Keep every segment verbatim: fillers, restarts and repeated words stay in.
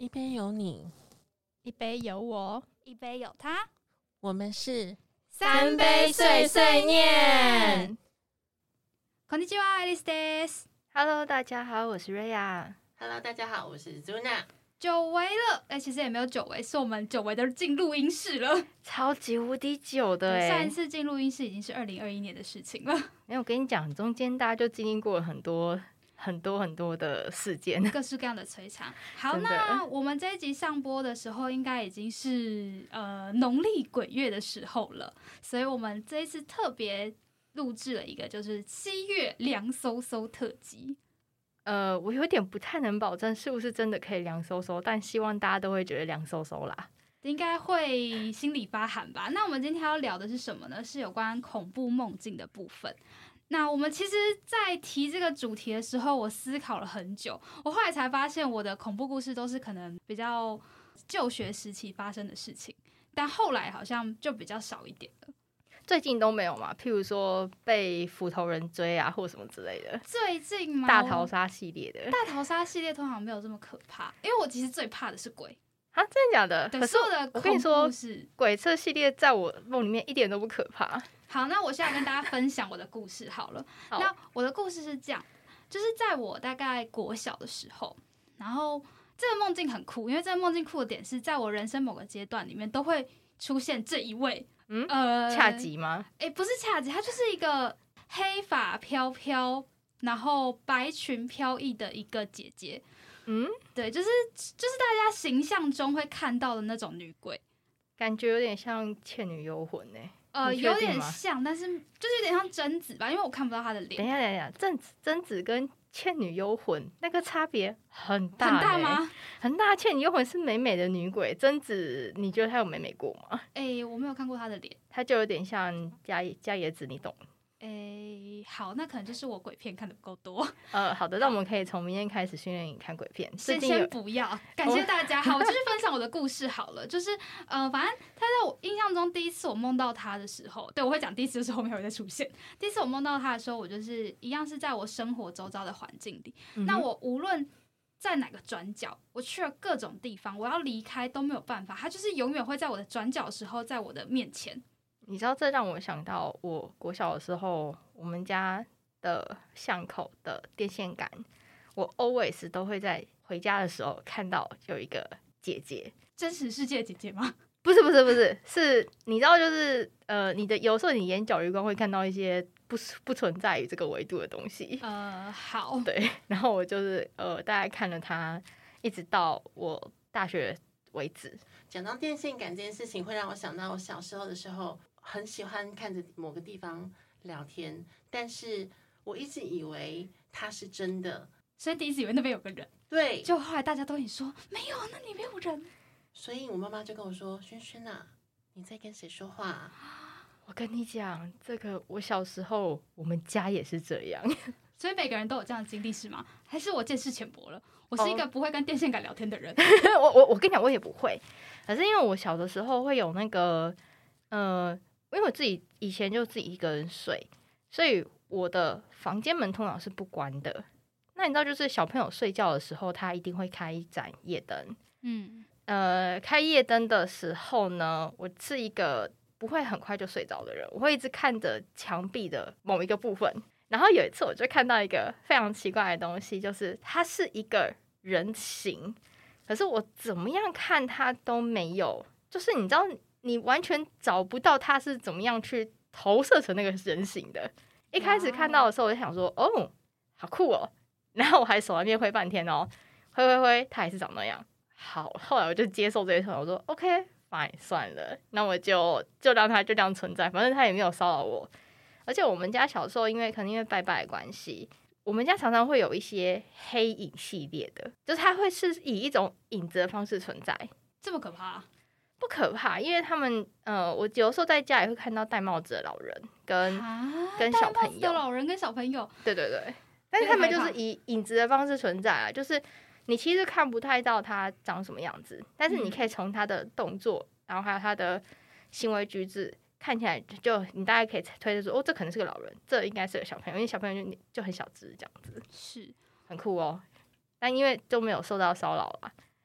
一杯有你， 一杯有我， 一杯有他， 我们是三杯碎碎念。 こんにちは、アリスです。 Hello， 大家好，我是瑞亚。 Hello， 大家好，我是 Zuna。 久违了，哎、欸，其实也没有久违，是我们久违的进录音室了， 超级无敌久的哎！ 上一次进录音室已经是二零二一年的事情了。 没有，我跟你讲，中间大家就经历过很多很多很多的事件， 各式各样的摧残。好，那我们这一集上播的时候，应该已经是呃农历鬼月的时候了，所以我们这一次特别录制了一个就是七月凉飕飕特辑。 呃，我有点不太能保证是不是真的可以凉飕飕，但希望大家都会觉得凉飕飕啦。 应该会心里发寒吧。那我们今天要聊的是什么呢？是有关恐怖梦境的部分。那我们其实在提这个主题的时候，我思考了很久，我后来才发现我的恐怖故事都是可能比较就学时期发生的事情，但后来好像就比较少一点了。 最近都没有嘛？譬如说被斧头人追啊，或什么之类的。 最近吗？ 大逃杀系列的。 大逃杀系列通常没有这么可怕，因为我其实最怕的是鬼。 啊，真的假的？可是我跟你说，鬼这系列在我梦里面一点都不可怕。 好，那我现在跟大家分享我的故事好了。好，那我的故事是这样，就是在我大概国小的时候，然后这个梦境很酷，因为这个梦境酷的点是在我人生某个阶段里面都会出现这一位。 嗯，呃，恰吉吗？ 哎、欸，不是恰吉，她就是一个黑发飘飘，然后白裙飘逸的一个姐姐。嗯，对，就是就是大家形象中会看到的那种女鬼， 感觉有点像《倩女幽魂》呢。 呃，有点像，但是就是有点像贞子吧，因为我看不到她的脸。 等一下，等一下，贞子贞子跟《倩女幽魂》那个差别很大， 很大吗？ 很大。《倩女幽魂》是美美的女鬼，贞子，你觉得她有美美过吗？ 哎、欸，我没有看过她的脸， 她就有点像加加野子，你懂？ 哎、欸，好，那可能就是我鬼片看的不够多。 呃，好的，那我们可以从明天开始训练你看鬼片。 先先不要，感谢大家。好，我继续分享我的故事好了。就是呃，反正他在我印象中第一次我梦到他的时候，对我会讲第一次就是后面会再出现。第一次我梦到他的时候，我就是一样是在我生活周遭的环境里。嗯、那我无论在哪个转角，我去了各种地方，我要离开都没有办法，他就是永远会在我的转角的时候，在我的面前。 你知道，这让我想到我国小的时候，我们家的巷口的电线杆，我 always 都会在回家的时候看到有一个姐姐。 真实世界的姐姐吗？ 不是不是不是，是你知道，就是呃，你的有时候你眼角余光会看到一些不不存在于这个维度的东西。 呃，好， 对，然后我就是呃，大概看了它，一直到我大学为止。 讲到电线杆这件事情，会让我想到我小时候的时候。很喜欢看着某个地方聊天，但是我一直以为它是真的， 所以第一次以为那边有个人， 对， 就后来大家都跟你说没有，那里没有人， 所以我妈妈就跟我说：“萱萱啊，你在跟谁说话啊？” 我跟你讲，这个我小时候我们家也是这样， 所以每个人都有这样的经历是吗？还是我见识浅薄了？我是一个不会跟电线杆聊天的人。 我我我跟你讲，我也不会，可是因为我小的时候会有那个呃。因为我自己以前就自己一个人睡，所以我的房间门通常是不关的。那你知道，就是小朋友睡觉的时候，他一定会开一盏夜灯。嗯，呃，开夜灯的时候呢，我是一个不会很快就睡着的人，我会一直看着墙壁的某一个部分。然后有一次，我就看到一个非常奇怪的东西，就是它是一个人形，可是我怎么样看它都没有，就是你知道。你完全找不到他是怎么样去投射成那个人形的。一开始看到的时候，我就想说，哦，好酷哦！然后我还手在那边挥半天哦，挥挥挥，他还是长那样。好，后来我就接受这一层，我说 OK fine 算了，那我就就让他就这样存在，反正他也没有骚扰我。而且我们家小时候，因为可能因为拜拜的关系，我们家常常会有一些黑影系列的，就是它会是以一种影子的方式存在。 这么可怕啊？ 不可怕，因为他们呃，我有时候在家也会看到戴帽子的老人跟、啊、跟小朋友，戴帽子的老人跟小朋友， 对对对，但是他们就是以影子的方式存在啊，就是你其实看不太到他长什么样子，但是你可以从他的动作，嗯、然后还有他的行为举止，看起来就你大概可以推测说，哦，这可能是个老人，这应该是个小朋友，因为小朋友就就很小只这样子， 是很酷哦。但因为都没有受到骚扰啦。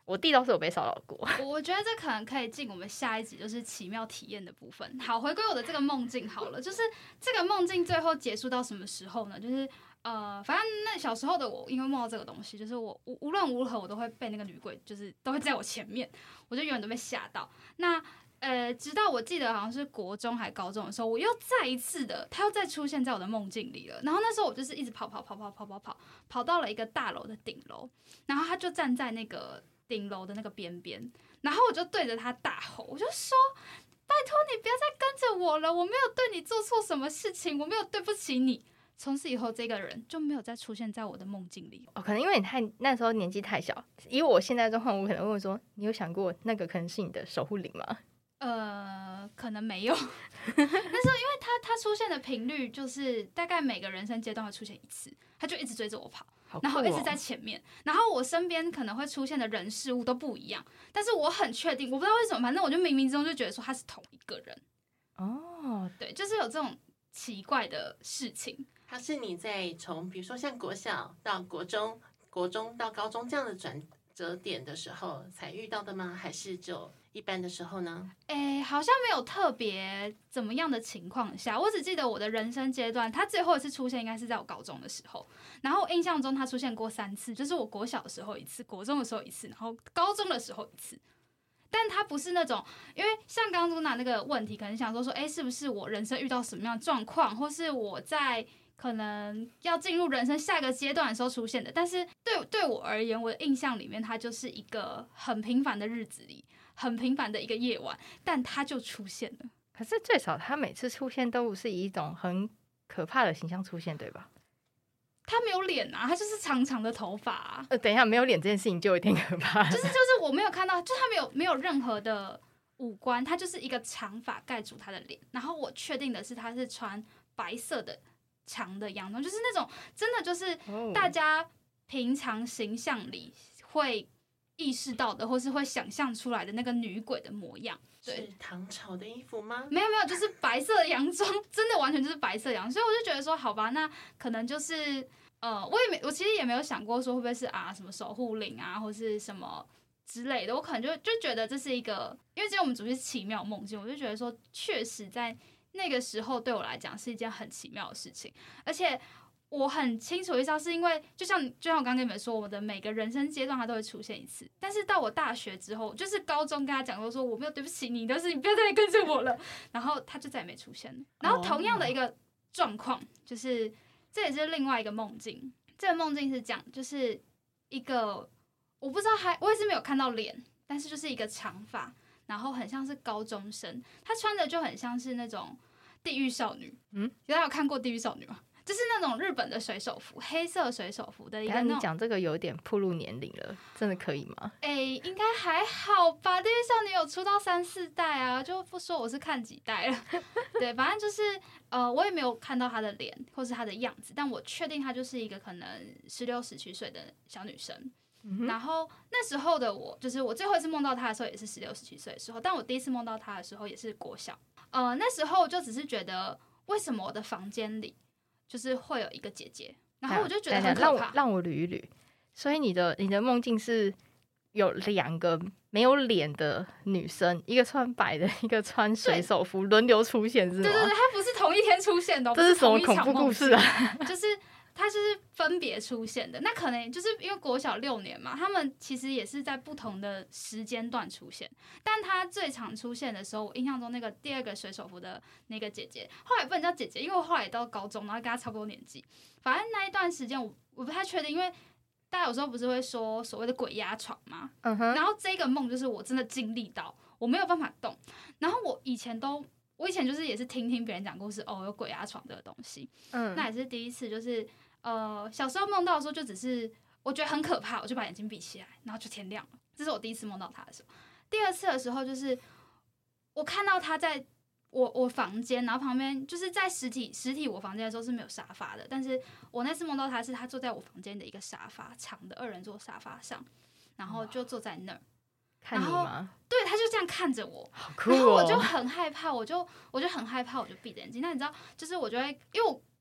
我弟倒是有被骚扰过。 我觉得这可能可以进我们下一集，就是奇妙体验的部分。好，回归我的这个梦境好了，就是这个梦境最后结束到什么时候呢？就是呃，反正那小时候的我，因为梦到这个东西，就是我无无论如何我都会被那个女鬼，就是都会在我前面，我就永远都被吓到。那呃，直到我记得好像是国中还高中的时候，我又再一次的，他又再出现在我的梦境里了。然后那时候我就是一直跑跑跑跑跑跑跑，跑到了一个大楼的顶楼，然后他就站在那个顶楼的那个边边，然后我就对着他大吼，我就说：“拜托你不要再跟着我了，我没有对你做错什么事情，我没有对不起你。”从此以后，这个人就没有再出现在我的梦境里。 哦，可能因为你太那时候年纪太小，以我现在的状况，我可能会问说：“你有想过那个可能是你的守护灵吗？” 呃，可能没有。但是因为他他出现的频率就是大概每个人生阶段会出现一次，他就一直追着我跑。 哦、 然后一直在前面，然后我身边可能会出现的人事物都不一样，但是我很确定，我不知道为什么，反正我就冥冥之中就觉得说他是同一个人。 哦， 对，就是有这种奇怪的事情。 它是你在从比如说像国小到国中、国中到高中这样的转折点的时候才遇到的吗？还是就一般的时候呢？ 诶，好像没有特别怎么样的情况下，我只记得我的人生阶段，它最后一次出现应该是在我高中的时候。然后我印象中它出现过三次，就是我国小的时候一次，国中的时候一次，然后高中的时候一次。但它不是那种，因为像刚刚露娜那个问题，可能想说说，哎，是不是我人生遇到什么样的状况，或是我在可能要进入人生下一个阶段的时候出现的？但是对对我而言，我的印象里面，它就是一个很平凡的日子里，很平凡的一个夜晚，但它就出现了。 可是最少他每次出现都不是以一种很可怕的形象出现，对吧？ 他没有脸啊，他就是长长的头发啊。 呃，等一下，没有脸这件事情就有点可怕。 就是就是我没有看到，就是他没有没有任何的五官，他就是一个长发盖住他的脸。然后我确定的是，他是穿白色的长的洋装，就是那种真的就是大家平常形象里会意识到的，或是会想象出来的那个女鬼的模样。对， 是唐朝的衣服吗？ 没有没有，就是白色的洋装，真的完全就是白色洋装。所以我就觉得说，好吧，那可能就是呃，我也没，我其实也没有想过说会不会是啊什么守护灵啊，或是什么之类的。我可能就就觉得这是一个，因为今天我们主题是奇妙梦境，我就觉得说，确实在那个时候对我来讲是一件很奇妙的事情，而且我很清楚知道，是因为就像就像我刚刚跟你们说，我的每个人生阶段它都会出现一次。但是到我大学之后，就是高中跟他讲说，说我没有对不起你，但是你不要再来跟着我了。然后他就再也没出现了。然后同样的一个状况，就是这也是另外一个梦境。这个梦境是讲，就是一个我不知道还我也是没有看到脸，但是就是一个长发，然后很像是高中生，她穿的就很像是那种地狱少女。嗯，大家有看过地狱少女吗？就是那种日本的水手服，黑色水手服的一个那种。 你讲这个有点暴露年龄了，真的可以吗？ 哎、欸，应该还好吧。地狱少女有出到三四代啊，就不说我是看几代了。对，反正就是呃，我也没有看到她的脸或是她的样子，但我确定她就是一个可能十六、十七岁的小女生。嗯、然后那时候的我，就是我最后一次梦到她的时候也是十六、十七岁的时候，但我第一次梦到她的时候也是国小。呃，那时候就只是觉得，为什么我的房间里就是会有一个姐姐，然后我就觉得很可怕。 让我让我捋一捋，所以你的你的梦境是有两个没有脸的女生，一个穿白的，一个穿水手服，轮流出现，是吗？ 对对对，它不是同一天出现的， 这是什么恐怖故事啊？ 就是它就是分别出现的。那可能就是因为国小六年嘛，他们其实也是在不同的时间段出现。但他最常出现的时候，我印象中那个第二个水手服的那个姐姐，后来不能叫姐姐，因为我后来也到高中，然后跟她差不多年纪。反正那一段时间我我不太确定，因为大家有时候不是会说所谓的鬼压床嘛，嗯哼，然后这个梦就是我真的经历到，我没有办法动。然后我以前都。我以前就是也是听听别人讲故事，哦，有鬼压床的东西，嗯，那也是第一次，就是呃小时候梦到的时候，就只是我觉得很可怕，我就把眼睛闭起来，然后就天亮了。这是我第一次梦到他的时候。第二次的时候，就是我看到他在我我房间，然后旁边就是在实体实体我房间的时候是没有沙发的，但是我那次梦到他是他坐在我房间的一个沙发，长的二人座沙发上，然后就坐在那儿。 看你吗？ 对，他就这样看着我， 好酷哦， 然后我就很害怕，我就我就很害怕，我就闭着眼睛。那你知道，就是我就会，因为我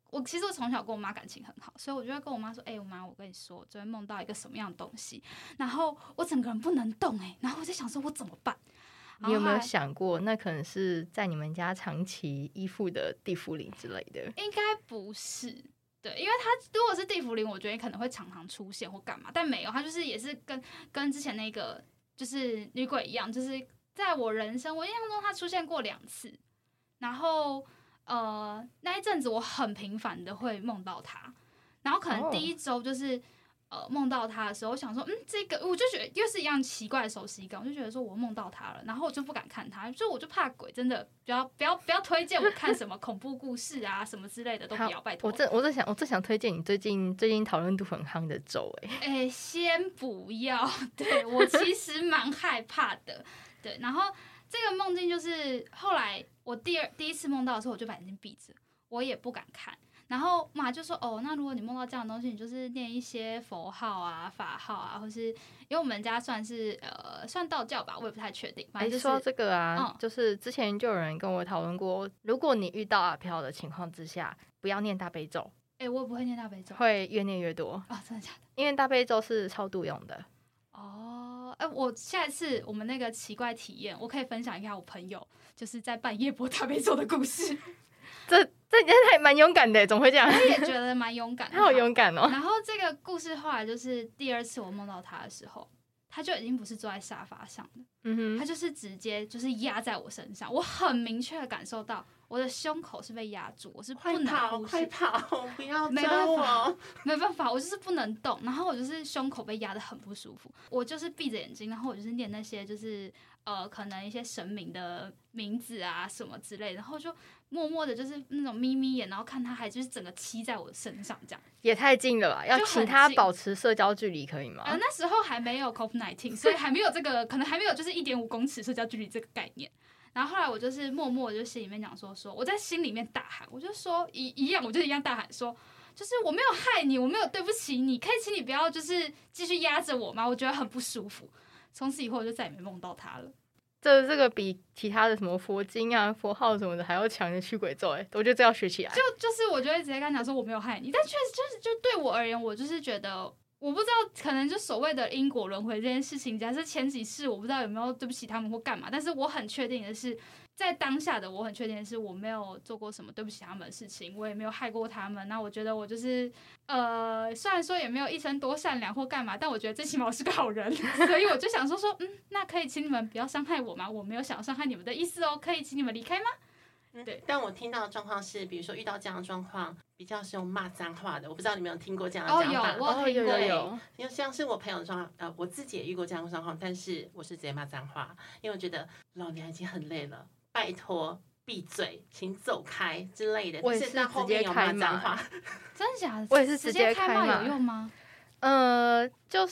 我其实我从小跟我妈感情很好，所以我就会跟我妈说：“哎、欸，我妈，我跟你说，我昨天梦到一个什么样的东西，然后我整个人不能动、欸，哎，然后我在想说我怎么办？” 你有没有想过，那可能是在你们家长期依附的地缚灵之类的？ 应该不是，对，因为他如果是地缚灵，我觉得可能会常常出现或干嘛，但没有，他就是也是跟跟之前那个就是女鬼一样，就是在我人生我印象中他出现过两次，然后呃那一阵子我很频繁的会梦到他，然后可能第一周就是。Oh.呃，梦到他的时候，我想说，嗯，这个我就觉得又是一样奇怪的熟悉感，我就觉得说我梦到他了，然后我就不敢看他，就我就怕鬼，真的不要不要不要推荐我看什么恐怖故事啊什么之类的都不要，拜托。 我这我在想，我正想推荐你最近最近讨论度很夯的咒，哎， 哎，先不要，对我其实蛮害怕的，对，然后这个梦境就是后来我第二第一次梦到的时候，我就把眼睛闭着，我也不敢看。然后妈就说：“哦，那如果你梦到这样的东西，你就是念一些佛号啊、法号啊，或是因为我们家算是呃算道教吧，我也不太确定。反正就是、 说到这个啊、 嗯， 就是之前就有人跟我讨论过，如果你遇到阿飘的情况之下，不要念大悲咒。 哎，我也不会念大悲咒， 会越念越多啊、哦，真的假的？ 因为大悲咒是超度用的。 哦，哎，我下一次我们那个奇怪体验，我可以分享一下我朋友就是在半夜播大悲咒的故事。” 这这人还蛮勇敢的，怎么会这样？ 我也觉得蛮勇敢的， 他好勇敢哦。 然后这个故事后来就是第二次我梦到他的时候，他就已经不是坐在沙发上了，嗯哼，他就是直接就是压在我身上，我很明确的感受到我的胸口是被压住，我是不能呼吸， 快跑，快跑，不要没办法，没办法，我就是不能动，然后我就是胸口被压得很不舒服，我就是闭着眼睛，然后我就是念那些就是呃可能一些神明的名字啊什么之类的，然后就默默的就是那种眯眯眼，然后看他还就是整个骑在我身上这样， 也太近了吧，要请他保持社交距离可以吗？ 呃那时候还没有 COVID 十九， 所以还没有这个可能还没有就是一点五公尺社交距离这个概念。然后后来我就是默默的就心里面讲说说我在心里面大喊，我就说一一样，我就一样大喊说，就是我没有害你，我没有对不起你，可以请你不要就是继续压着我吗？我觉得很不舒服。从此以后我就再也没梦到他了。 这这个比其他的什么佛经啊、佛号什么的还要强的驱鬼咒，哎，我觉得这要学起来。 就就是我就会直接跟他讲说我没有害你，但确实就是就对我而言，我就是觉得。我不知道，可能就所谓的因果轮回这件事情，假设前几世我不知道有没有对不起他们或干嘛，但是我很确定的是，在当下的我很确定的是，我没有做过什么对不起他们的事情，我也没有害过他们。那我觉得我就是呃，虽然说也没有一生多善良或干嘛，但我觉得最起码我是个好人，所以我就想说说，嗯，那可以请你们不要伤害我吗？我没有想要伤害你们的意思哦，可以请你们离开吗？ 对，但我听到的状况是，比如说遇到这样的状况，比较是用骂脏话的。我不知道你们有听过这样的讲法？ 哦，有，我听过。 有有有， 因为像是我朋友的状况，呃，我自己也遇过这样的状况，但是我是直接骂脏话，因为我觉得老娘已经很累了，拜托闭嘴，请走开之类的。 我也是直接开骂， 真的假的？ 我也是直接开骂，有用吗？ 呃，就是，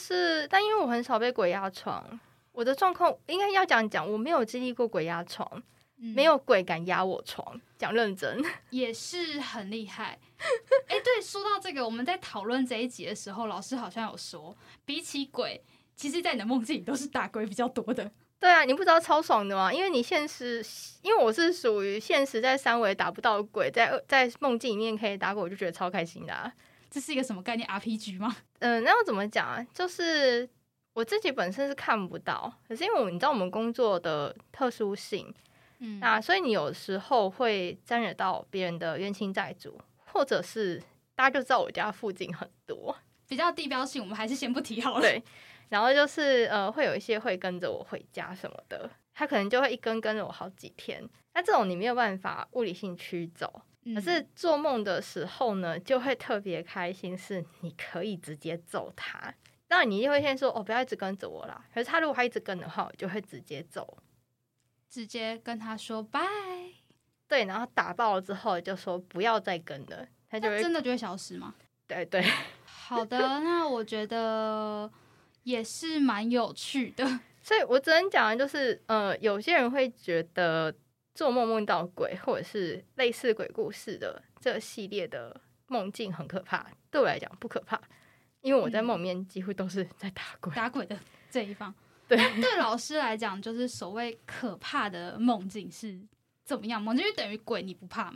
但因为我很少被鬼压床，我的状况应该要讲讲，我没有经历过鬼压床。没有鬼敢压我床，讲认真也是很厉害。哎、欸，对，说到这个，我们在讨论这一集的时候，老师好像有说，比起鬼，其实在你的梦境里都是打鬼比较多的。 对啊，你不知道超爽的吗？因为你现实，因为我是属于现实在三维打不到鬼，在在梦境里面可以打鬼，我就觉得超开心的、啊。 这是一个什么概念 ？R P G 吗？ 嗯、呃，那要怎么讲啊？就是我自己本身是看不到，可是因为我你知道我们工作的特殊性。嗯，那所以你有时候会沾惹到别人的冤亲债主，或者是大家就知道我家附近很多比较地标性，我们还是先不提好了。 对，然后就是呃，会有一些会跟着我回家什么的，他可能就会一跟跟着我好几天。那这种你没有办法物理性驱走，可是做梦的时候呢，就会特别开心，是你可以直接揍他。当然你就会先说哦，不要一直跟着我啦。可是他如果他一直跟的话，我就会直接走。 直接跟他说拜， 对，然后打爆了之后就说不要再跟了，他就会真的就会消失吗？ 对对， 好的，那我觉得也是蛮有趣的。 所以我只能讲的就是，呃，有些人会觉得做梦梦到鬼，或者是类似鬼故事的这个系列的梦境很可怕，对我来讲不可怕，因为我在梦里面几乎都是在打鬼， 打鬼的这一方。 对， 对老师来讲，就是所谓可怕的梦境是怎么样梦境？因为等于鬼你不怕嘛？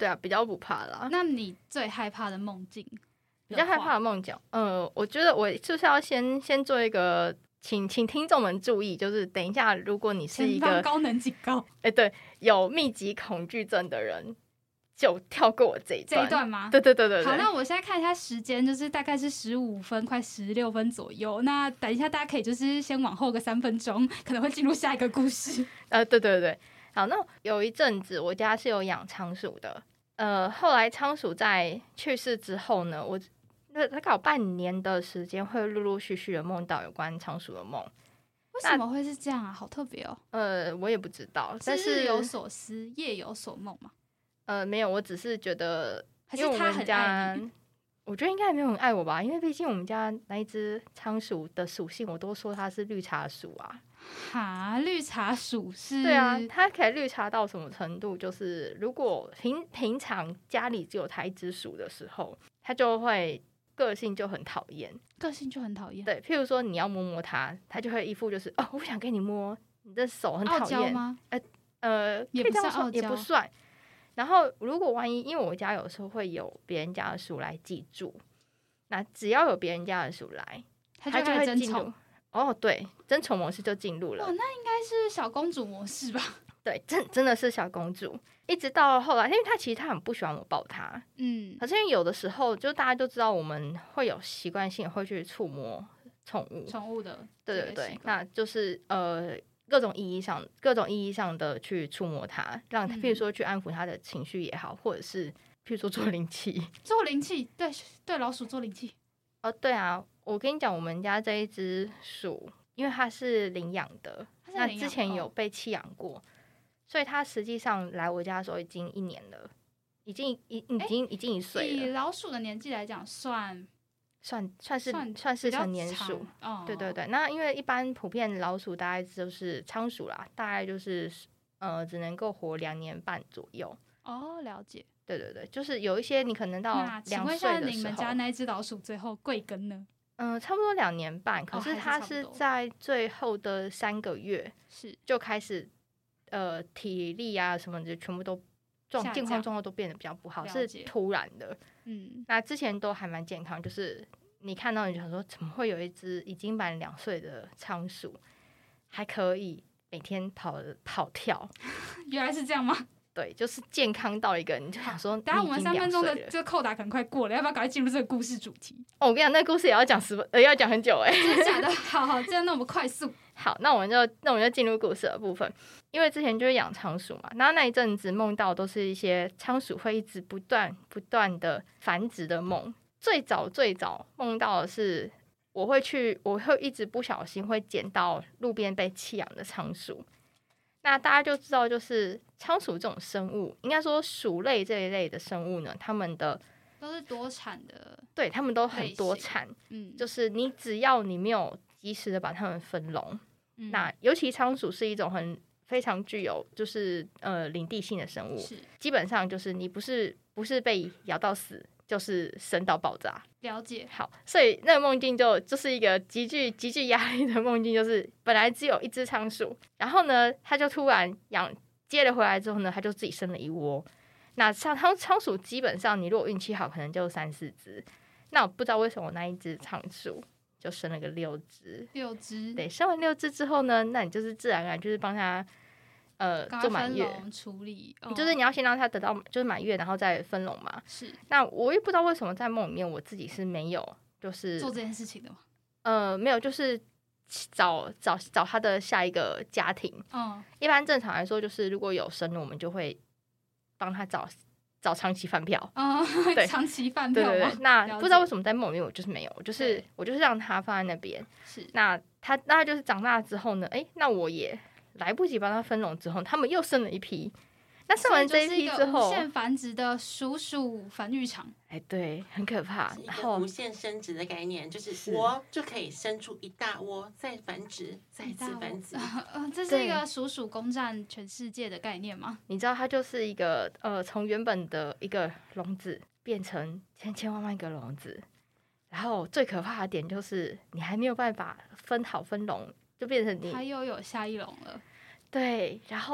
对啊，比较不怕啦。 那你最害怕的梦境？ 比较害怕的梦境，呃，我觉得我就是要先先做一个，请请听众们注意，就是等一下，如果你是一个高能警告， 哎、欸，对，有密集恐惧症的人，就跳过我这一段。 这一段吗？ 对对对 对, 對。 好，那我现在看一下时间，就是大概是十五分，快十六分左右。那等一下大家可以就是先往后个三分钟，可能会进入下一个故事。 呃，对对对。好，那有一阵子我家是有养仓鼠的，呃，后来仓鼠在去世之后呢，我。那大概有半年的时间，会陆陆续续的梦到有关仓鼠的梦。 为什么会是这样啊？好特别哦。 呃，我也不知道，但是日有所思，夜有所梦吗？ 呃，没有，我只是觉得， 还是他很爱你。 我觉得应该没有很爱我吧，因为毕竟我们家那一只仓鼠的属性，我都说它是绿茶鼠啊。 哈，绿茶鼠是？ 对啊，它可以绿茶到什么程度？就是如果平平常家里只有它一只鼠的时候，它就会。个性就很讨厌， 个性就很讨厌。 对，譬如说你要摸摸它，它就会一副就是哦，我不想跟你摸，你的手很讨厌吗？ 呃呃， 也不算傲娇， 也不算。然后如果万一，因为我家有时候会有别人家的鼠来寄住，那只要有别人家的鼠来，它就会进入。哦，对，争宠模式就进入了。 哇，那应该是小公主模式吧？ 对，真真的是小公主。一直到后来，因为她其实她很不喜欢我抱她，嗯，可是因为有的时候，就大家都知道我们会有习惯性会去触摸宠物， 宠物的， 对对对，那就是呃各种意义上、各种意义上的去触摸它，让譬如说去安抚它的情绪也好，或者是譬如说做灵气， 做灵气，对对，老鼠做灵气。 哦，对啊，我跟你讲，我们家这一只鼠，因为它是领养的，那之前有被弃养过。哦，所以他实际上来我家的时候已经一年了，已经已已经已经一岁了。 以老鼠的年纪来讲，算算算是算是成年鼠，哦，对对对。那因为一般普遍老鼠大概就是仓鼠啦，大概就是呃只能够活两年半左右。 哦，了解。 对对对，就是有一些你可能到两岁的时候。请问一下， 你们家那一只老鼠最后贵庚呢？ 嗯、呃，差不多两年半，可是它是在最后的三个月是就开始。呃，体力啊什么的，全部都状健康状况都变得比较不好，是突然的。嗯，那之前都还蛮健康，就是你看到你就想说，怎么会有一只已经满两岁的仓鼠，还可以每天跑跑跳？ 原来是这样吗？ 对，就是健康到一个，你就想说， 等下我们三分钟的这个扣打可能快过了，要不要赶快进入这个故事主题？ 哦，我跟你讲，那个故事也要讲十分，呃，要讲很久哎、欸， 真的假的？好好，这样那我们快速。 好，那我们就那我们就进入故事的部分。因为之前就是养仓鼠嘛，然后那一阵子梦到都是一些仓鼠会一直不断不断的繁殖的梦。最早最早梦到的是，我会去，我会一直不小心会捡到路边被弃养的仓鼠。那大家就知道，就是仓鼠这种生物，应该说鼠类这一类的生物呢，它们的都是多产的， 对，它们都很多产。嗯，就是你只要你没有及时的把它们分笼，嗯、那尤其仓鼠是一种很非常具有就是呃领地性的生物，基本上就是你不是不是被咬到死，就是生到爆炸。 了解。 好，所以那个梦境就就是一个极具极具压力的梦境，就是本来只有一只仓鼠，然后呢，它就突然养接了回来之后呢，它就自己生了一窝。那像仓仓鼠基本上你如果运气好，可能就三四只。那我不知道为什么那一只仓鼠就生了个六只， 六只。 对，生完六只之后呢，那你就是自然而然就是帮它。呃，做满月处理，哦、 就是你要先让它得到就是满月，然后再分笼嘛。 是。那我也不知道为什么在梦里面我自己是没有就是做这件事情的吗？ 呃，没有，就是找找找他的下一个家庭。嗯，一般正常来说，就是如果有生了，我们就会帮他找找长期饭票。 哦，对，长期饭票。 对对对。那不知道为什么在梦里面我就是没有，就是我就是让他放在那边。 是。 那他那他就是长大之后呢，哎、欸，那我也。来不及帮它分笼之后，他们又生了一批。那生完这一批之后， 无限繁殖的鼠鼠繁育场， 哎，对，很可怕。 一个无限生殖的概念，就是窝就可以生出一大窝，再繁殖，再次繁殖。 呃，这是一个鼠鼠攻占全世界的概念吗？ 你知道，它就是一个呃，从原本的一个笼子变成千千万万个笼子，然后最可怕的点就是你还没有办法分好分笼。就变成你， 它又有下一笼了。 对，然后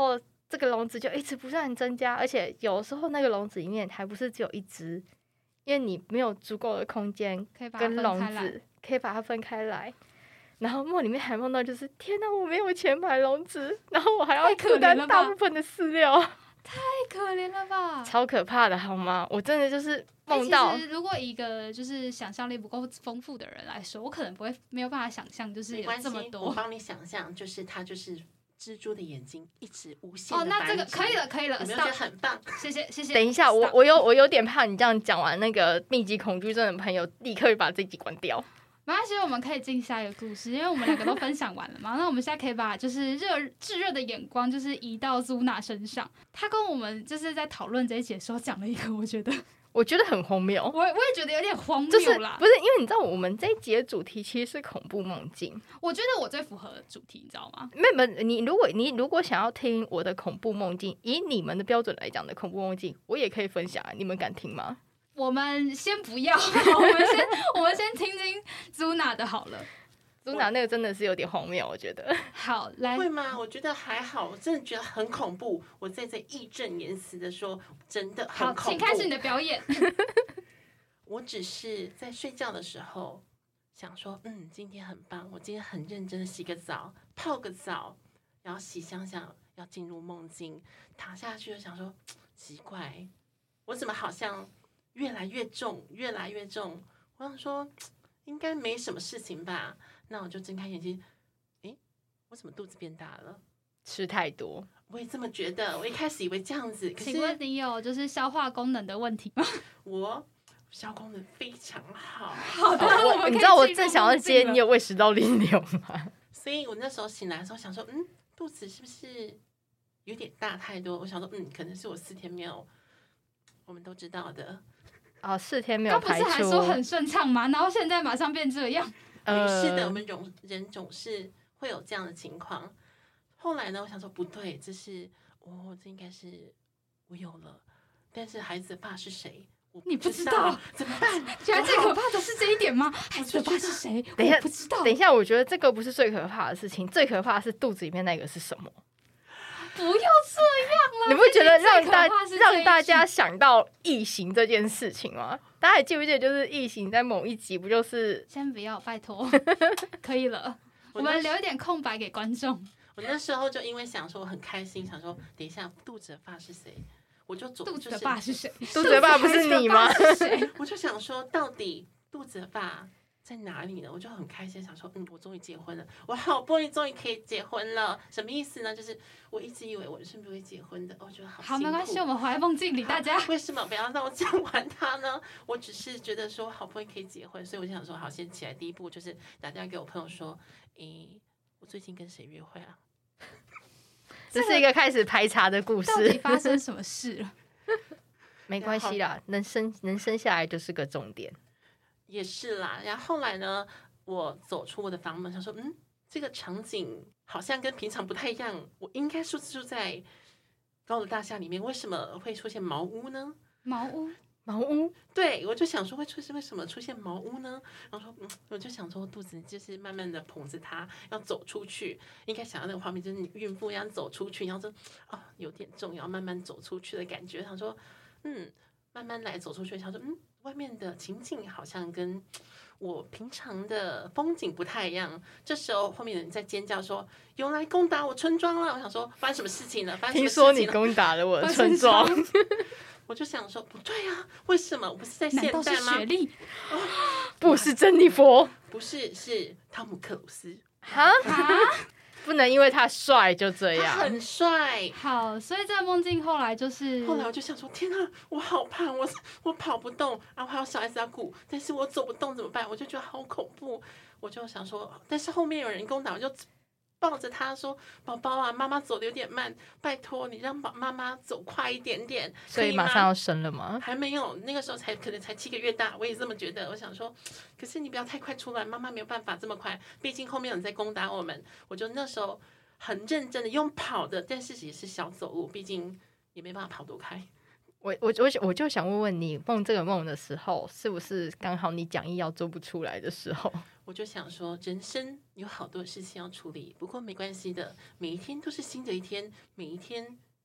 这个笼子就一直不断增加，而且有时候那个笼子里面还不是只有一只，因为你没有足够的空间跟笼子可以把它分开来。然后梦里面还梦到就是天哪，我没有钱买笼子，然后我还要负担大部分的饲料， 太可怜了吧， 超可怕的好吗？我真的就是梦到、 欸、其实如果一个就是想象力不够丰富的人来说，我可能不会没有办法想象就是有这么多。 我帮你想象，就是它就是蜘蛛的眼睛一直无限的哦，那这个可以了，可以了， 有没有觉得很棒？ 谢谢谢谢。 等一下，我我有我有点怕你这样讲完，那个密集恐惧症的朋友立刻把这集关掉。 没关系，我们可以进下一个故事，因为我们两个都分享完了嘛。那我们现在可以把就是热炙热的眼光，就是移到 Zuna 身上。他跟我们就是在讨论这一集的时候讲了一个，我觉得我觉得很荒谬， 我我也觉得有点荒谬啦。 就是不是因为你知道我们这一集的主题其实是恐怖梦境， 我觉得我最符合主题，你知道吗？ 没有没有，你如果你如果想要听我的恐怖梦境，以你们的标准来讲的恐怖梦境，我也可以分享啊，你们敢听吗？ 我们先不要，我们先我们先听听 Zuna 的好了。 Zuna 那个真的是有点荒谬，我觉得。 好，来， 会吗？我觉得还好，我真的觉得很恐怖。我在这义正言辞的说，真的很恐怖。 好，请开始你的表演。 我只是在睡觉的时候想说，嗯，今天很棒，我今天很认真的洗个澡，泡个澡，然后洗想想要进入梦境，躺下去就想说，奇怪，我怎么好像越来越重，越来越重？我想说，应该没什么事情吧。那我就睁开眼睛，诶，我怎么肚子变大了？ 吃太多， 我也这么觉得。我一开始以为这样子，可是请问你有就是消化功能的问题吗？ 我消化功能非常好。 好的， 哦、 我们你知道我正想要接，你有胃食道逆流吗？ 所以我那时候醒来的时候想说，嗯，肚子是不是有点大太多？我想说，嗯，可能是我四天没有，我们都知道的。 哦，四天没有排出， 刚不是还说很顺畅吗？然后现在马上变这样。 呃，是的，我们总人总是会有这样的情况。后来呢，我想说不对，这是哦，这应该是我有了，但是孩子的爸是谁？我你不知知道怎么办？ 原来最可怕的是这一点吗？孩子的爸是谁？ 等一下， 我不知道。 等一下，我觉得这个不是最可怕的事情，最可怕的是肚子里面那个是什么？ 不要这样了！ 你不觉得让大让大家想想到异形这件事情吗？大家还记不记得，就是异形在某一集不就是先不要，拜托，可以了，我们留一点空白给观众。 我那时候就因为想说我很开心，想说等一下肚子的爸是谁，我就左肚子的爸是谁？ 肚子的爸不是你吗？ 我就想说到底肚子的爸在哪里呢？我就很开心，想说，嗯，我终于结婚了，我好不容易终于可以结婚了。什么意思呢？就是我一直以为我是不会结婚的，我觉得好辛苦。 好，没关系，我们回来梦境里，大家为什么不要让我讲完它呢？我只是觉得说好不容易可以结婚，所以我就想说，好，先起来。第一步就是打电话给我朋友说，诶，我最近跟谁约会啊？ 这是一个开始排查的故事， 到底发生什么事了？ 没关系啦，能生能生下来就是个重点。 也是啦，然后后来呢，我走出我的房门，想说，嗯，这个场景好像跟平常不太一样。我应该是住在高楼大厦里面，为什么会出现茅屋呢？ 茅屋， 茅屋， 对，我就想说会出现为什么出现茅屋呢？然后说，嗯，我就想说肚子就是慢慢的捧着它，要走出去，应该想要那个画面就是你孕妇一样走出去，然后说啊、哦、有点重要，慢慢走出去的感觉。想说，嗯，慢慢来走出去，想说，嗯。外面的情景好像跟我平常的风景不太一样。这时候后面的人在尖叫说：“有人来攻打我村庄了！”我想说发生什么事情了？发生什么事情了？ 听说你攻打了我的村庄， 我就想说不对啊，为什么我不是在现代吗？ 难道是雪莉？ 哦、不是珍妮佛， 不是，是汤姆克鲁斯。 哈不能因为他帅就这样， 他很帅。 好，所以这个梦境后来就是， 后来我就想说，天啊，我好胖，我我跑不动，然后还有小孩子要顾，但是我走不动怎么办？我就觉得好恐怖，我就想说，但是后面有人攻打，我就抱着他说：“宝宝啊，妈妈走的有点慢，拜托你让妈妈走快一点点。” 所以马上要生了吗？ 还没有，那个时候才可能才七个月大，我也这么觉得。我想说，可是你不要太快出来，妈妈没有办法这么快，毕竟后面有人在攻打我们。我就那时候很认真的用跑的，但是也是小走路，毕竟也没办法跑多开。 我我我我就想问问你，梦这个梦的时候，是不是刚好你讲义要做不出来的时候？ 我就想说，人生有好多事情要处理，不过没关系的，每一天都是新的一天，每一天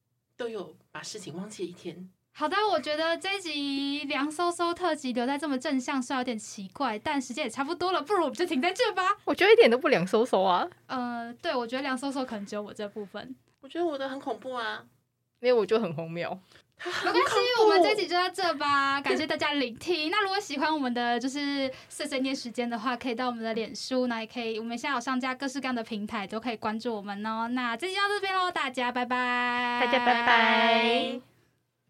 都有把事情忘记一天。 好的，我觉得这一集凉搜搜特辑留在这么正向是有点奇怪，但时间也差不多了，不如我们就停在这吧。 我觉得一点都不凉搜搜啊。 呃，对，我觉得凉搜搜可能只有我这部分。 我觉得我的很恐怖啊， 因为我就很荒谬。 没关系，我们这集就到这吧。感谢大家聆听。那如果喜欢我们的就是碎碎念时间的话，可以到我们的脸书，那也可以，我们现在有上架各式各样的平台，都可以关注我们哦。那这集到这边喽，大家拜拜， 大家拜拜。